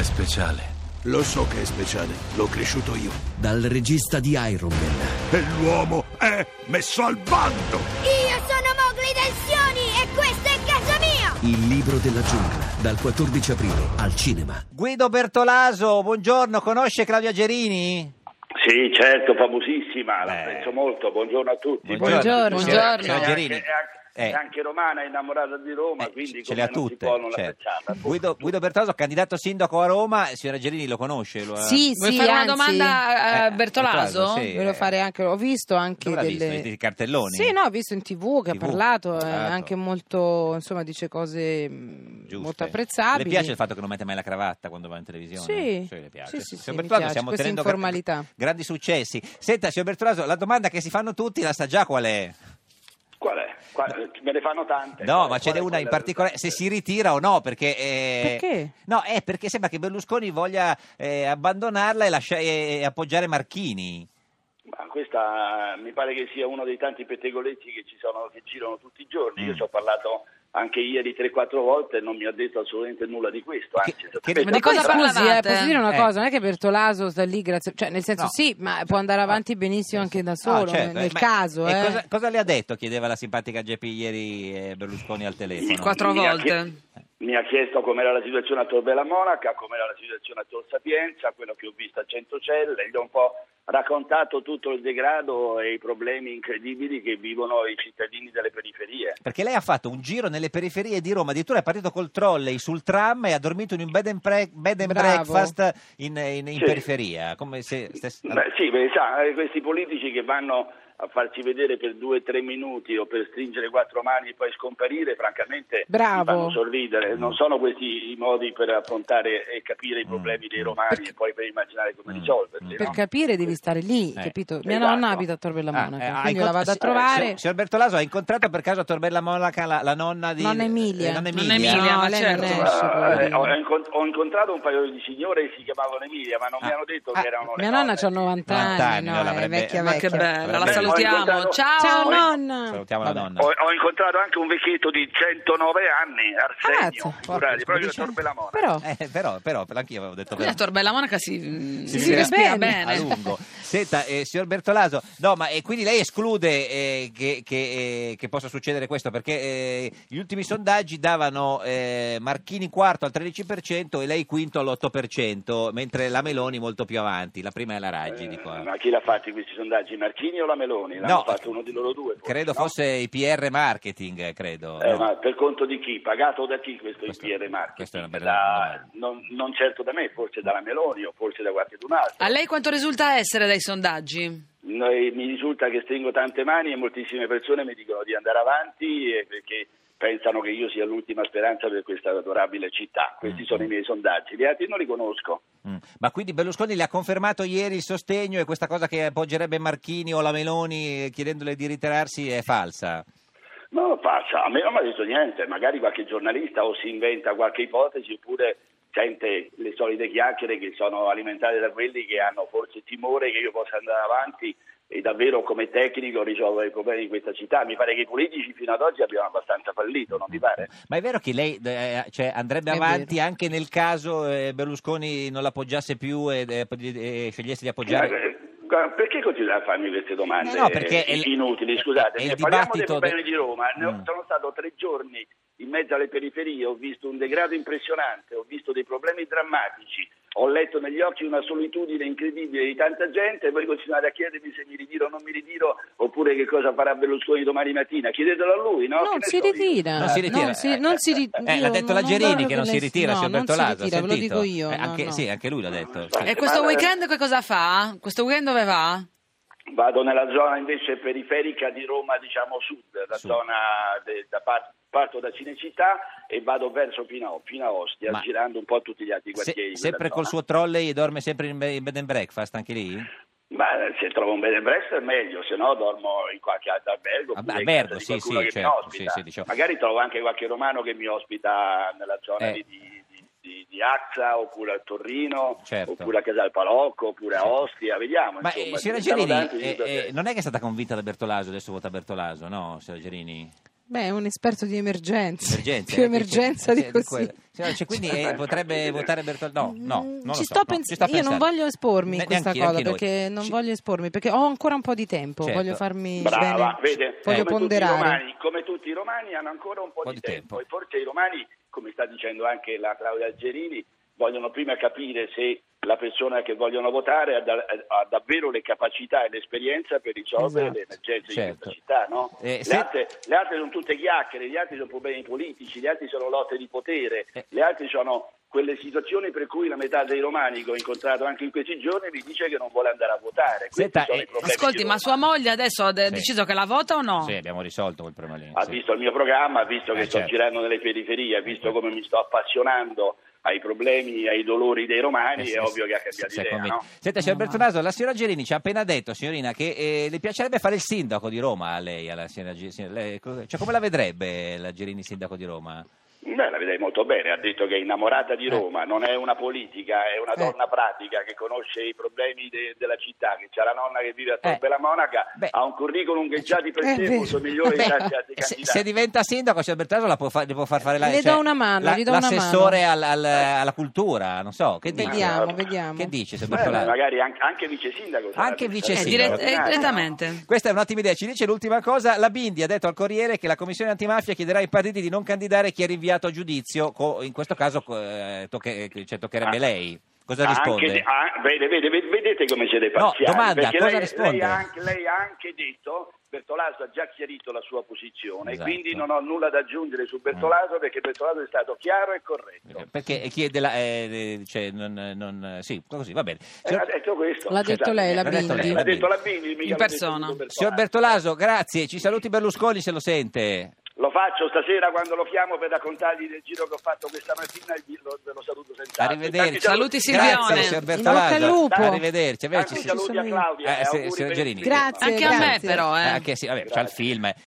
speciale. Lo so che è speciale, l'ho cresciuto io. Dal regista di Iron Man. E l'uomo è messo al bando! Io sono Mowgli Tensioni e questo è casa mia! Il libro della giungla, dal 14 aprile al cinema. Guido Bertolaso, buongiorno, conosce Claudia Gerini? Sì, certo, famosissima, la apprezzo molto, buongiorno a tutti. Buongiorno. Signora Gerini. È anche romana, è innamorata di Roma, quindi ce le ha tutte, non si può non certo. apprezzarla. Guido Bertolaso, candidato sindaco a Roma, signora Gerini lo conosce? Sì, Vuoi fare una anzi, domanda a Bertolaso? Sì. volevo fare anche, ho visto anche Dove l'ha delle... visto? I cartelloni? Sì, no, ho visto in TV che ha parlato, Esatto. anche molto, insomma, dice cose Giuste. molto apprezzabili. Le piace il fatto che non mette mai la cravatta quando va in televisione? Sì, le piace. sì, Signor mi Bertolaso, piace, stiamo questa ottenendo informalità. grandi successi. Senta, signor Bertolaso, la domanda che si fanno tutti la sa già qual è? Qual è? Me ne fanno tante. No, ma ce n'è una in particolare, se si ritira o no, perché... Perché? No, perché sembra che Berlusconi voglia abbandonarla e appoggiare Marchini. Ma questa mi pare che sia uno dei tanti pettegolezzi che girano tutti i giorni. Io ci ho parlato anche ieri 3-4 volte e non mi ha detto assolutamente nulla di questo. Anzi, Ma di cosa Scusi, parlavate? posso dire una cosa, non è che Bertolaso sta lì grazie, cioè nel senso No. sì, ma può andare avanti benissimo anche da solo, No, certo, nel ma- caso. e cosa le ha detto, chiedeva la simpatica Geppi ieri Berlusconi al telefono? 4 Mi ha volte. Mi ha chiesto com'era la situazione a Tor Bella Monaca, com'era la situazione a Tor Sapienza, quello che ho visto a Centocelle, gli ho un po' raccontato tutto il degrado e i problemi incredibili che vivono i cittadini delle periferie. Perché lei ha fatto un giro nelle periferie di Roma, addirittura è partito col trolley sul tram e ha dormito in un bed and Bravo. breakfast in Sì. periferia. Come se Sì, sa, questi politici che vanno a farsi vedere per 2-3 minuti o per stringere 4 mani e poi scomparire, francamente Bravo. mi fanno sorridere. Non sono questi i modi per affrontare e capire i problemi dei romani e poi per immaginare come risolverli. Per no? capire devi stare lì, capito? Mia Esatto. nonna abita a Tor Bella Monaca, quindi io la vado a Sì, trovare. signor Bertolaso, ha incontrato per caso a Tor Bella Monaca la nonna di... Nonna Emilia. Nonna Nonna Emilia, No, ma lei certo. non esce, poverina. Ho incontrato un paio di signore che si chiamavano Emilia, ma non mi hanno detto che erano le Mia nonna nonne. c'ha 90 90 anni, anni, no, no, è l'avrebbe- vecchia Ma che vecchia. bella, la Beh, salutiamo. ho incontrato- Ciao. Ciao nonna. Salutiamo la nonna. Ho incontrato anche un vecchietto di 109 anni, Arsenio, Cazzo, figurati, proprio a Tor Bella Monaca. Però Però anch'io avevo detto Qui a Tor Bella Monaca si vive respira a bene. lungo. Senta, signor Bertolaso, no, ma quindi lei esclude che possa succedere questo, perché gli ultimi sondaggi davano Marchini quarto al 13% e lei quinto all'8%, mentre la Meloni molto più avanti. La prima è la Raggi, dico. Ma chi l'ha fatti questi sondaggi, Marchini o la Meloni? L'hanno No, fatto uno di loro due, forse, credo no? fosse i PR Marketing, credo. no? Ma per conto di chi? Pagato da chi questo PR Marketing? questa è una bella Non certo da me, forse dalla Meloni o forse da qualcun altro. A lei quanto risulta essere dai sondaggi? Mi risulta che stringo tante mani e moltissime persone mi dicono di andare avanti perché pensano che io sia l'ultima speranza per questa adorabile città. Questi sono i miei sondaggi, gli altri non li conosco. Ma quindi Berlusconi le ha confermato ieri il sostegno e questa cosa che appoggerebbe Marchini o la Meloni chiedendole di ritirarsi è falsa? No, faccia, a me non mi ha detto niente, magari qualche giornalista o si inventa qualche ipotesi oppure sente le solite chiacchiere che sono alimentate da quelli che hanno forse timore che io possa andare avanti e davvero come tecnico risolvere i problemi di questa città. Mi pare che i politici fino ad oggi abbiano abbastanza fallito, non mi pare? Ma è vero che lei andrebbe È avanti anche nel caso Berlusconi non l'appoggiasse più e scegliesse di appoggiare... Perché continuate a farmi queste domande No, perché inutili? Scusate, il parliamo dei dibattito problemi di Roma. Sono stato 3 giorni in mezzo alle periferie, ho visto un degrado impressionante, ho visto dei problemi drammatici, ho letto negli occhi una solitudine incredibile di tanta gente e voi continuate a chiedermi se mi ritiro o non mi ritiro oppure che cosa farà Berlusconi domani mattina. Chiedetelo a lui, no? non Che ne si so io? ritira. Non si ritira. Non si ritira. l'ha detto la Gerini che non si ritira, signor Bertolaso. Non si ritira, ve lo sentito? dico io. no. Sì, anche lui l'ha detto. E questo weekend che cosa fa? Questo weekend dove va? Vado nella zona invece periferica di Roma, diciamo sud, la zona parto da Cinecittà e vado verso fino a Ostia, girando un po' tutti gli altri quartieri. Sempre col suo trolley e dorme sempre in bed and breakfast anche lì? Ma se trovo un bed and breakfast è meglio, se no dormo in qualche altro albergo. Albergo, sì, che mi certo, ospita. sì, diciamo. Magari trovo anche qualche romano che mi ospita nella zona di Azza, oppure a Torino, certo. oppure a Casal Palocco, oppure a Ostia, vediamo. Ma insomma, signora ci sono Gerini, tanti situazioni. non è che è stata convinta da Bertolaso, adesso vota Bertolaso, no, signora Gerini? Beh, è un esperto di emergenze. Emergenze, Più emergenza di così. quello. Cioè, quindi potrebbe votare Bertoldi? No, non lo ci so, sto no, ci sto io non pensando. voglio espormi in questa Neanch'io, cosa, neanche noi. perché non voglio espormi, perché ho ancora un po' di tempo, Certo. voglio farmi Brava, bene, vede, voglio ponderare. come tutti i romani hanno ancora un po' di tempo. E forse i romani, come sta dicendo anche la Claudia Algerini, vogliono prima capire se la persona che vogliono votare ha davvero le capacità e l'esperienza per risolvere le emergenze di questa città, no? Le altre sono tutte chiacchiere, gli altri sono problemi politici, gli altri sono lotte di potere, le altre sono quelle situazioni per cui la metà dei romani che ho incontrato anche in questi giorni mi dice che non vuole andare a votare. Senta, sono i problemi Ascolti, ma sua moglie adesso ha deciso che la vota o no? Sì, abbiamo risolto quel problema lì. Ha visto il mio programma, ha visto che sto girando nelle periferie, ha visto come mi sto appassionando ai problemi, ai dolori dei romani, è ovvio che ha cambiato idea, no? Senta, signor Bertolaso, la signora Gerini ci ha appena detto, signorina, che le piacerebbe fare il sindaco di Roma a lei, alla signora Gerini. Cioè, come la vedrebbe la Gerini sindaco di Roma? Beh, la vedrei molto bene, ha detto che è innamorata di Roma, non è una politica, è una donna pratica che conosce i problemi della città, che c'ha la nonna che vive a Tor Bella Monaca, ha un curriculum che già di per sé è molto migliore di tanti altri candidati. Se diventa sindaco, signor Bertolaso, le può far fare Le do una mano, gli do una l'assessore alla cultura, non so, che dice? Vediamo. Che dice, signor Bertolaso? Magari anche vice sindaco. Anche vice sindaco. Direttamente. Questa è un'ottima idea. Ci dice l'ultima cosa, la Bindi ha detto al Corriere che la Commissione antimafia chiederà ai partiti di non candidare chi è rinviato a giudizio, in questo caso toccherebbe lei. Cosa risponde? Vedete come siete parziali. No, domanda, cosa risponde? risponde? Lei ha anche detto, Bertolaso ha già chiarito la sua posizione, Esatto. quindi non ho nulla da aggiungere su Bertolaso perché Bertolaso è stato chiaro e corretto. Perché chiede sì, così, va bene. Ha detto questo. L'ha detto lei, la Bindi. L'ha detto la Bindi, mica In persona. Signor Bertolaso, grazie, ci saluti Berlusconi se lo sente. Lo faccio stasera quando lo chiamo per raccontargli del giro che ho fatto questa mattina e lo saluto senz'altro. Arrivederci. Saluti Silvione. Grazie, signor In bocca al Bertolaso. lupo. Arrivederci. Tanti saluti a Claudia. Signor Gerini. Grazie. Anche a me però, Anche sì, vabbè, c'ha il film.